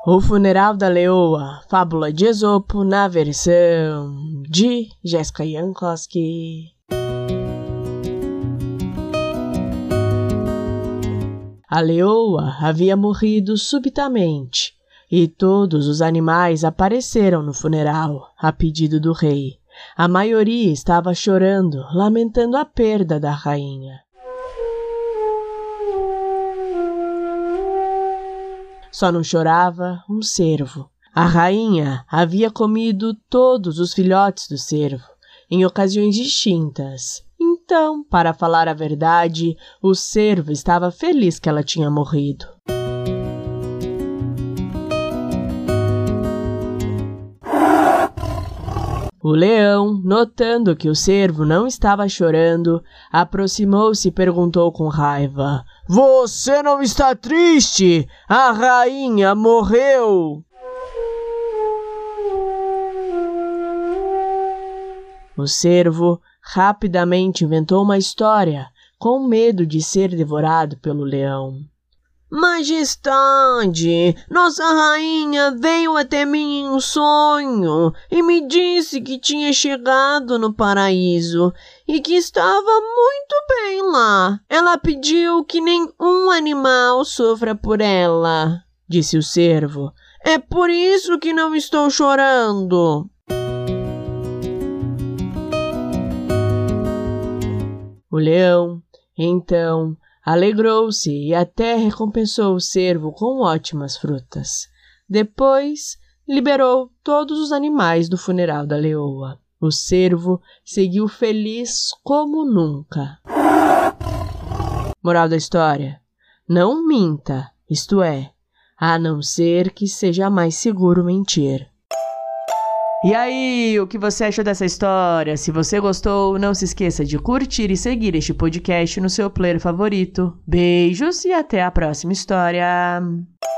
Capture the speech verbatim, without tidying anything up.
O Funeral da Leoa, fábula de Esopo, na versão de Jéssica Jankowski. A leoa havia morrido subitamente, e todos os animais apareceram no funeral, a pedido do rei. A maioria estava chorando, lamentando a perda da rainha. Só não chorava um cervo. A rainha havia comido todos os filhotes do cervo, em ocasiões distintas. Então, para falar a verdade, o cervo estava feliz que ela tinha morrido. O leão, notando que o cervo não estava chorando, aproximou-se e perguntou com raiva: "Você não está triste? A rainha morreu!" O cervo rapidamente inventou uma história, com medo de ser devorado pelo leão. "Majestade, nossa rainha veio até mim em um sonho e me disse que tinha chegado no paraíso e que estava muito bem lá. Ela pediu que nenhum animal sofra por ela", disse o cervo. "É por isso que não estou chorando." O leão, então, alegrou-se e até recompensou o cervo com ótimas frutas. Depois, liberou todos os animais do funeral da leoa. O cervo seguiu feliz como nunca. Moral da história: não minta, isto é, a não ser que seja mais seguro mentir. E aí, o que você achou dessa história? Se você gostou, não se esqueça de curtir e seguir este podcast no seu player favorito. Beijos e até a próxima história!